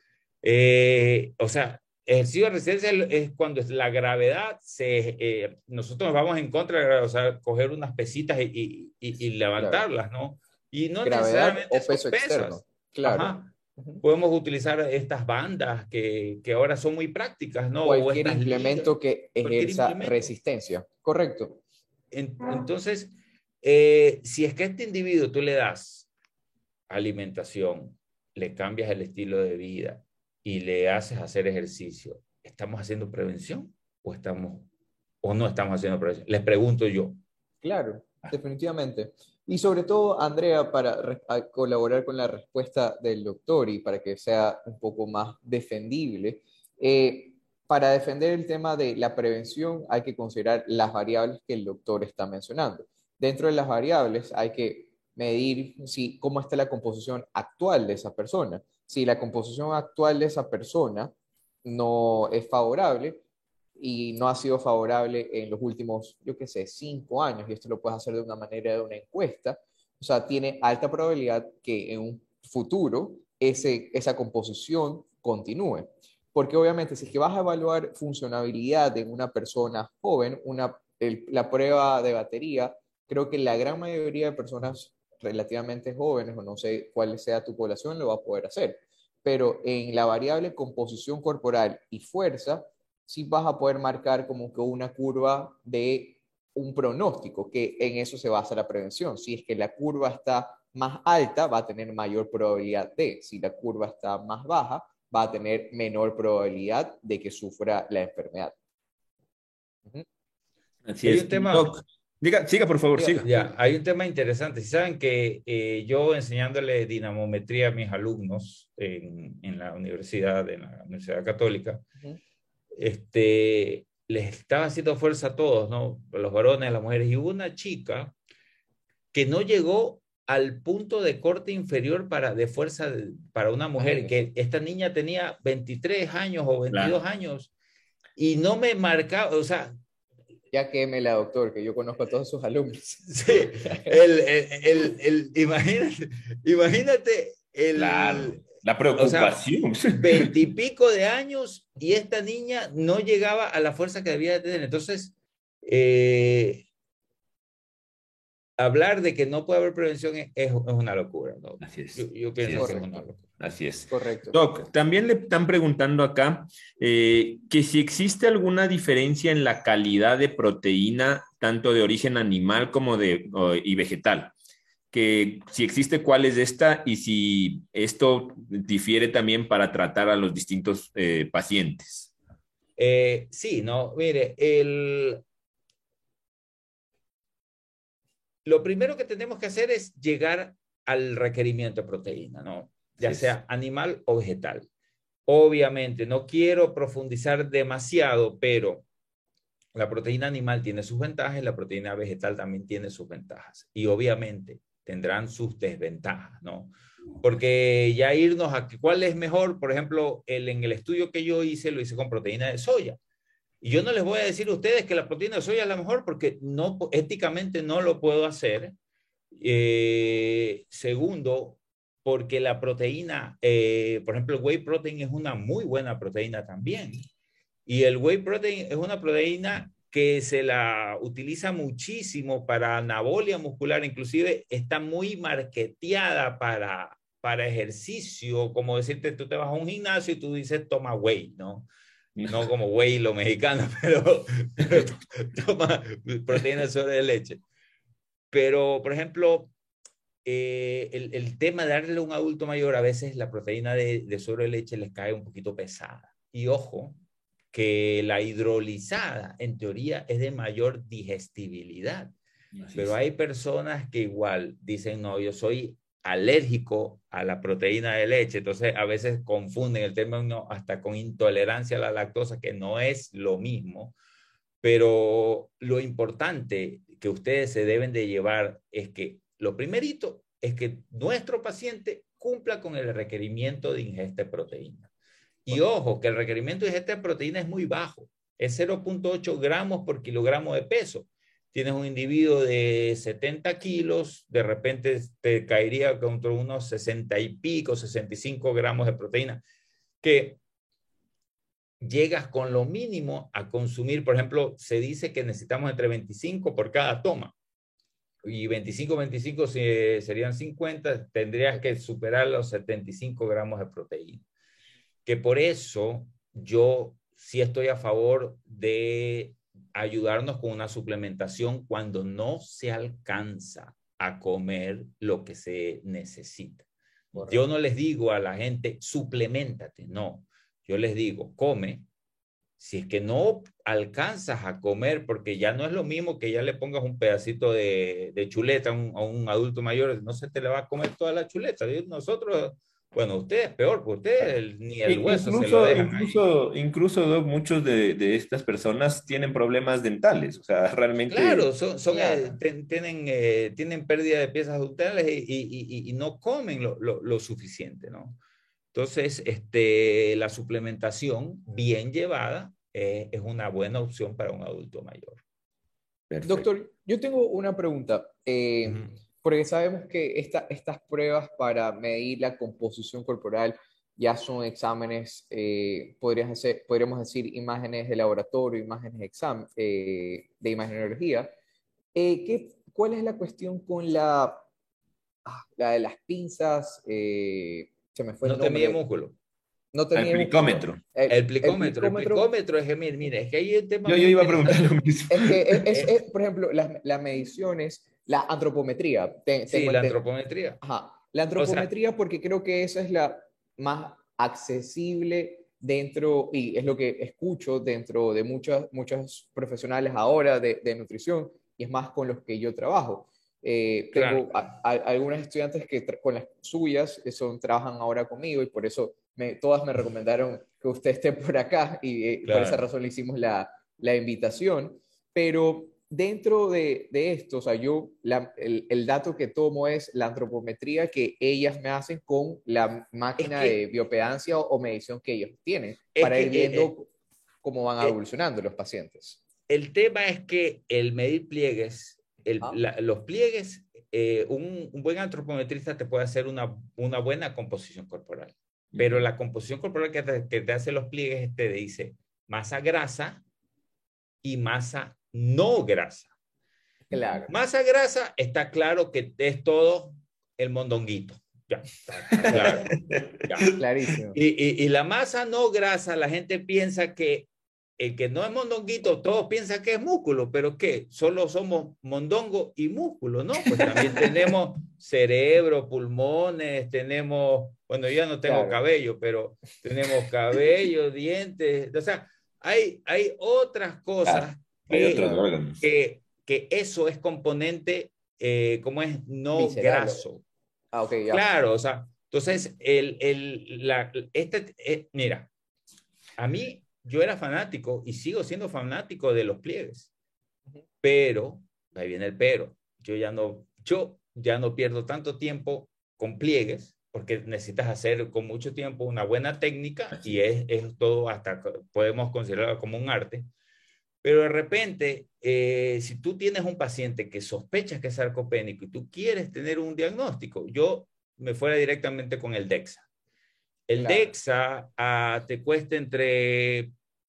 O sea, ejercicio de resistencia es cuando la gravedad nosotros vamos en contra de la gravedad, o sea, coger unas pesitas y Claro. levantarlas, ¿no? Y no Gravedad necesariamente o son peso externo. pesas. Claro. Ajá. Ujú. Podemos utilizar estas bandas que ahora son muy prácticas, ¿no? O Cualquier estas ligas, implemento que cualquier ejerza implemento. resistencia. Correcto. Entonces, si es que a este individuo tú le das alimentación, le cambias el estilo de vida y le haces hacer ejercicio, ¿estamos haciendo prevención o no estamos haciendo prevención? Les pregunto yo. Claro, definitivamente. Y sobre todo, Andrea, para colaborar con la respuesta del doctor y para que sea un poco más defendible, para defender el tema de la prevención hay que considerar las variables que el doctor está mencionando. Dentro de las variables hay que medir cómo está la composición actual de esa persona. Si la composición actual de esa persona no es favorable, y no ha sido favorable en los últimos, yo qué sé, 5 años, y esto lo puedes hacer de una manera de una encuesta, o sea, tiene alta probabilidad que en un futuro esa composición continúe. Porque obviamente si es que vas a evaluar funcionabilidad en una persona joven, la prueba de batería, creo que la gran mayoría de personas relativamente jóvenes, o no sé cuál sea tu población, lo va a poder hacer. Pero en la variable composición corporal y fuerza, sí vas a poder marcar como que una curva de un pronóstico, que en eso se basa la prevención. Si es que la curva está más alta, va a tener mayor probabilidad de. Si la curva está más baja, va a tener menor probabilidad de que sufra la enfermedad. Ujú. Así Hay es. un tema, Doc, diga, siga, por favor, siga. ya, hay un tema interesante. Si saben que yo enseñándole dinamometría a mis alumnos en la universidad, en la Universidad Católica, Ujú. les estaba haciendo fuerza a todos, ¿no? A los varones, a las mujeres. Y hubo una chica que no llegó al punto de corte inferior de fuerza para una mujer, Imagínense. que esta niña tenía 23 años o 22 Claro. años y no me marcaba, o sea, Ya quémela, doctor, que yo conozco a todos sus alumnos. sí, imagínate, imagínate Claro. La o sea, preocupación. 20 y pico de años y esta niña no llegaba a la fuerza que debía de tener. Entonces, eh, hablar de que no puede haber prevención es una locura, ¿no? Así es. Yo Así pienso que es. es una Correcto, locura. Así es. correcto. Doc, también le están preguntando acá que si existe alguna diferencia en la calidad de proteína, tanto de origen animal como y vegetal, que si existe, ¿cuál es esta? Y si esto difiere también para tratar a los distintos pacientes. Sí, no, mire, lo primero que tenemos que hacer es llegar al requerimiento de proteína, ¿no? Ya sea animal o vegetal. Obviamente, no quiero profundizar demasiado, pero la proteína animal tiene sus ventajas y la proteína vegetal también tiene sus ventajas. Y obviamente tendrán sus desventajas, ¿no? Porque ya irnos a cuál es mejor, por ejemplo, en el estudio que yo hice, lo hice con proteína de soya. Y yo no les voy a decir a ustedes que la proteína de soya es la mejor porque no, éticamente no lo puedo hacer. Segundo, porque la proteína, por ejemplo, el whey protein es una muy buena proteína también. Y el whey protein es una proteína que se la utiliza muchísimo para anabolia muscular, inclusive está muy marketeada para ejercicio, como decirte, tú te vas a un gimnasio y tú dices, toma whey, ¿no? No como whey lo mexicano, pero toma proteína sobre leche. Pero, por ejemplo, el tema de darle a un adulto mayor, a veces la proteína de sobre leche les cae un poquito pesada. Y ojo, que la hidrolizada, en teoría, es de mayor digestibilidad. Pero hay personas que igual dicen, no, yo soy alérgico a la proteína de leche, entonces a veces confunden el término hasta con intolerancia a la lactosa, que no es lo mismo, pero lo importante que ustedes se deben de llevar es que lo primerito es que nuestro paciente cumpla con el requerimiento de ingesta de proteína. Y ojo, que el requerimiento de ingesta de proteína es muy bajo, es 0.8 gramos por kilogramo de peso. Tienes un individuo de 70 kilos, de repente te caería contra unos 60 y pico, 65 gramos de proteína, que llegas con lo mínimo a consumir. Por ejemplo, se dice que necesitamos entre 25 por cada toma. Y 25 serían 50, tendrías que superar los 75 gramos de proteína. Que por eso yo sí estoy a favor de ayudarnos con una suplementación cuando no se alcanza a comer lo que se necesita. Correcto. Yo no les digo a la gente, suplementate, no. Yo les digo, come. Si es que no alcanzas a comer, porque ya no es lo mismo que ya le pongas un pedacito de chuleta a un adulto mayor, no se te le va a comer toda la chuleta. Nosotros, bueno, ustedes peor, porque ustedes ni el hueso se lo dejan incluso Doc, muchos de estas personas tienen problemas dentales, o sea, realmente... Claro, tienen pérdida de piezas dentales y no comen lo suficiente, ¿no? Entonces, la suplementación bien llevada es una buena opción para un adulto mayor. Perfecto. Doctor, yo tengo una pregunta, porque sabemos que estas pruebas para medir la composición corporal ya son exámenes, podríamos decir, imágenes de laboratorio, imágenes de imagenología. ¿Cuál es la cuestión con la de las pinzas? Se me fue el nombre. No te mide músculo. No te mide plicómetro. El plicómetro es que, mire, es que ahí el tema... Yo iba a preguntar lo mismo. Es que, por ejemplo, las mediciones, la antropometría. La antropometría. Ajá. La antropometría, porque creo que esa es la más accesible dentro, y es lo que escucho dentro de muchos profesionales ahora de nutrición, y es más con los que yo trabajo. Tengo algunas estudiantes que con las suyas trabajan ahora conmigo y por eso todas me recomendaron que usted esté por acá y por esa razón le hicimos la invitación. Pero dentro de esto, o sea, el dato que tomo es la antropometría que ellas me hacen con la máquina de bioimpedancia o medición que ellos tienen para ir viendo cómo van evolucionando los pacientes. El tema es que el medir pliegues, los pliegues, un buen antropometrista te puede hacer una buena composición corporal, pero la composición corporal que te hace los pliegues te dice masa grasa y masa no grasa. Claro. Masa grasa está claro que es todo el mondonguito. Ya, está claro. Ya. Clarísimo. Y la masa no grasa, la gente piensa que el que no es mondonguito, todos piensan que es músculo, pero ¿qué? Solo somos mondongo y músculo, ¿no? Pues también tenemos cerebro, pulmones, tenemos, bueno, yo ya no tengo cabello, pero tenemos cabello, dientes, o sea, hay otras cosas hay otros órganos. que eso es componente, ¿cómo es? No visceral. graso. Ok, ya. Claro, o sea, entonces, mira, a mí, yo era fanático y sigo siendo fanático de los pliegues, pero, ahí viene el pero, yo ya no pierdo tanto tiempo con pliegues, porque necesitas hacer con mucho tiempo una buena técnica y es todo, hasta podemos considerarlo como un arte. Pero de repente, si tú tienes un paciente que sospechas que es sarcopénico y tú quieres tener un diagnóstico, yo me fuera directamente con el DEXA. El DEXA te cuesta entre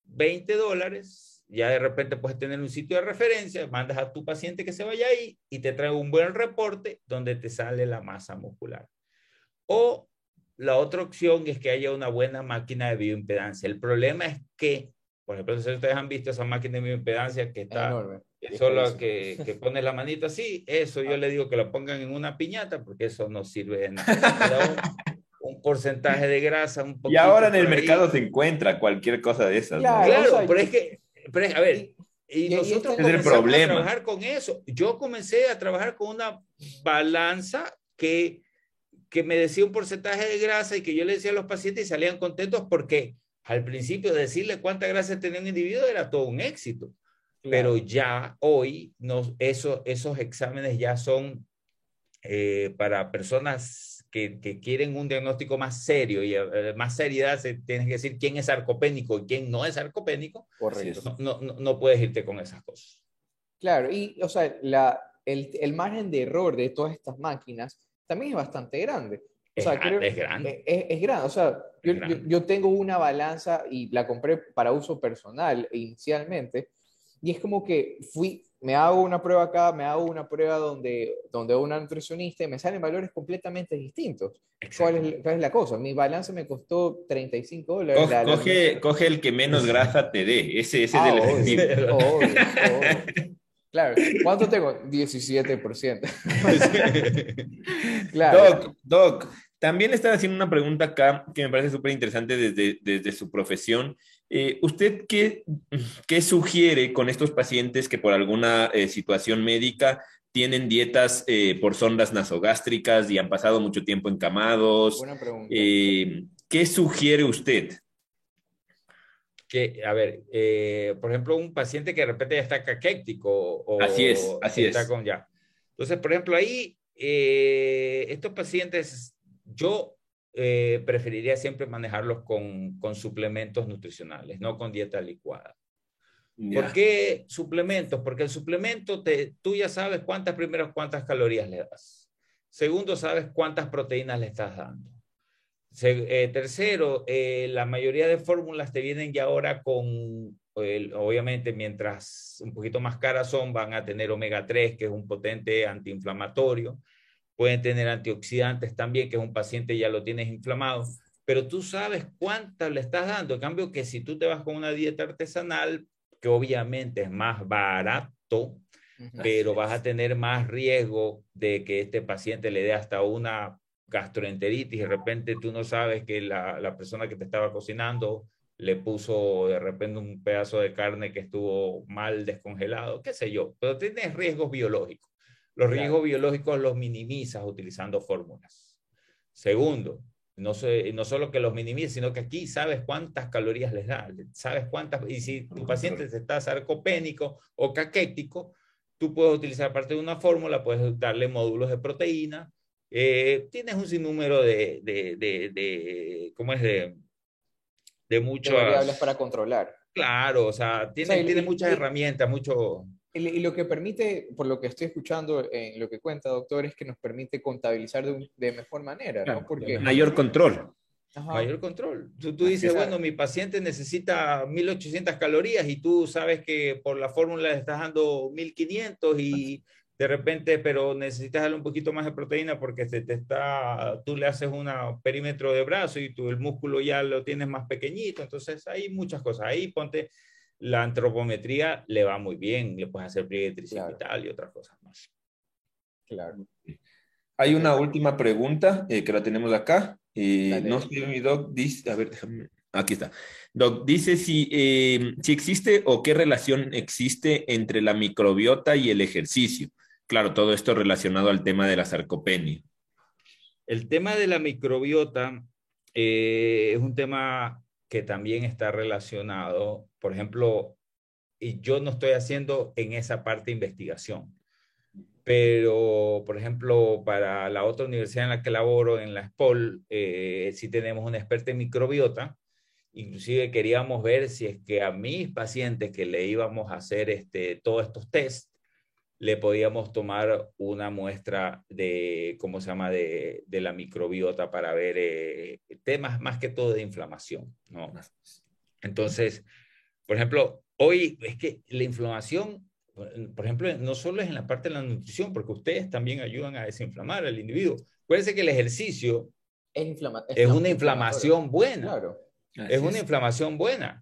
$20, ya de repente puedes tener un sitio de referencia, mandas a tu paciente que se vaya ahí y te trae un buen reporte donde te sale la masa muscular. O la otra opción es que haya una buena máquina de bioimpedancia. El problema es que, por ejemplo, si ustedes han visto esa máquina de bioimpedancia que está enorme, solo que pone la manito así, eso yo le digo que lo pongan en una piñata porque eso no sirve de nada. Un porcentaje de grasa, un poquito. Y ahora en el mercado se encuentra cualquier cosa de esas. Claro, ¿no? o sea, pero a ver, y nosotros comenzamos a trabajar con eso. Yo comencé a trabajar con una balanza que me decía un porcentaje de grasa y que yo le decía a los pacientes y salían contentos porque al principio decirle cuánta grasa tenía un individuo era todo un éxito. Claro. Pero ya hoy esos exámenes ya son para personas que quieren un diagnóstico más serio y más seriedad, tienes que decir quién es sarcopénico y quién no es sarcopénico. Correcto. No puedes irte con esas cosas. Claro, y o sea, el margen de error de todas estas máquinas también es bastante grande. O sea, es grande. Es grande. O sea, yo tengo una balanza y la compré para uso personal inicialmente, y es como que me hago una prueba acá, me hago una prueba donde una nutricionista y me salen valores completamente distintos. ¿Cuál es la cosa? Mi balanza me costó $35. Coge el que menos grasa te dé. Ese es el objetivo. Obvio. Claro. ¿Cuánto tengo? 17%. Claro. Doc, también le están haciendo una pregunta acá que me parece súper interesante desde su profesión. ¿Usted qué sugiere con estos pacientes que por alguna situación médica tienen dietas por sondas nasogástricas y han pasado mucho tiempo encamados? Buena pregunta. ¿Qué sugiere usted? Que, a ver, por ejemplo, un paciente que de repente ya está caquéctico así es. Entonces, por ejemplo, ahí estos pacientes yo preferiría siempre manejarlos con suplementos nutricionales, no con dieta licuada. ¿Por qué suplementos? Porque el suplemento tú ya sabes cuántas calorías le das. Segundo, sabes cuántas proteínas le estás dando. Tercero, la mayoría de fórmulas te vienen ya ahora con, obviamente, mientras un poquito más caras son, van a tener omega 3, que es un potente antiinflamatorio. Pueden tener antioxidantes también, que es un paciente ya lo tienes inflamado. Pero tú sabes cuántas le estás dando. En cambio, que si tú te vas con una dieta artesanal, que obviamente es más barato, pero vas a tener más riesgo de que este paciente le dé hasta una gastroenteritis, de repente tú no sabes que la persona que te estaba cocinando le puso de repente un pedazo de carne que estuvo mal descongelado, qué sé yo, pero tienes riesgos biológicos. Los riesgos biológicos los minimizas utilizando fórmulas. Segundo, no solo que los minimices, sino que aquí sabes cuántas calorías les da, sabes cuántas, y si tu paciente está sarcopénico o caquético, tú puedes utilizar parte de una fórmula, puedes darle módulos de proteína. Tienes un sinnúmero ¿cómo es? De muchas variables para controlar. Claro, o sea, tiene muchas herramientas, mucho. Y lo que permite, por lo que estoy escuchando, lo que cuenta, doctor, es que nos permite contabilizar de mejor manera, claro, ¿no? Porque mayor control. Ajá. Mayor control. Tú dices, bueno, mi paciente necesita 1.800 calorías y tú sabes que por la fórmula le estás dando 1.500 y de repente, pero necesitas darle un poquito más de proteína porque tú le haces un perímetro de brazo y el músculo ya lo tienes más pequeñito. Entonces, hay muchas cosas. Ahí ponte, La antropometría le va muy bien, le puedes hacer pliegue Claro, tricipital y otras cosas más. claro. Hay Ok, una última pregunta que la tenemos acá. No dale. sé, mi doc dice, a ver, déjame, aquí está. Doc, dice si existe o qué relación existe entre la microbiota y el ejercicio. Claro, todo esto relacionado al tema de la sarcopenia. El tema de la microbiota es un tema que también está relacionado, por ejemplo, y yo no estoy haciendo en esa parte investigación, pero por ejemplo, para la otra universidad en la que laboro, en la SPOL, sí tenemos una experta en microbiota. Inclusive queríamos ver si es que a mis pacientes que le íbamos a hacer todos estos tests, le podíamos tomar una muestra de, ¿cómo se llama?, de la microbiota para ver temas más que todo de inflamación, ¿no? Entonces, por ejemplo, hoy es que la inflamación, por ejemplo, no solo es en la parte de la nutrición, porque ustedes también ayudan a desinflamar al individuo. Acuérdense que el ejercicio es una Inflamatorio. inflamación buena, Claro. es Así una es. inflamación buena.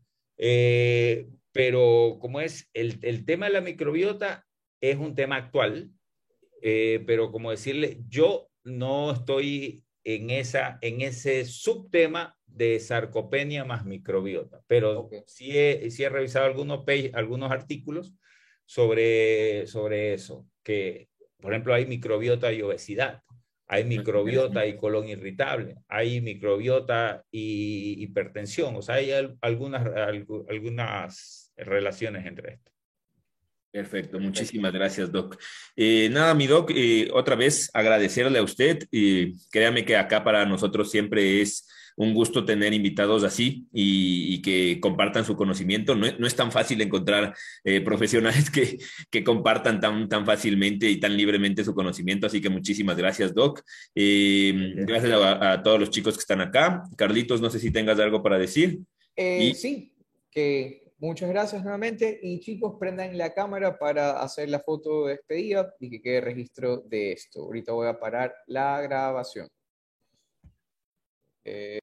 Pero como es el tema de la microbiota, es un tema actual, pero como decirle, yo no estoy en ese subtema de sarcopenia más microbiota, pero Ok. sí he revisado algunos artículos sobre eso, que por ejemplo hay microbiota y obesidad, hay microbiota y colon irritable, hay microbiota y hipertensión, o sea, hay algunas relaciones entre esto. Perfecto, Perfecto. muchísimas gracias, Doc. Nada, mi Doc, otra vez agradecerle a usted. Créame que acá para nosotros siempre es un gusto tener invitados así y que compartan su conocimiento. No es tan fácil encontrar profesionales que compartan tan fácilmente y tan libremente su conocimiento, así que muchísimas gracias, Doc. Gracias a todos los chicos que están acá. Carlitos, no sé si tengas algo para decir. Y Sí, que muchas gracias nuevamente y chicos, prendan la cámara para hacer la foto de despedida y que quede registro de esto. Ahorita voy a parar la grabación.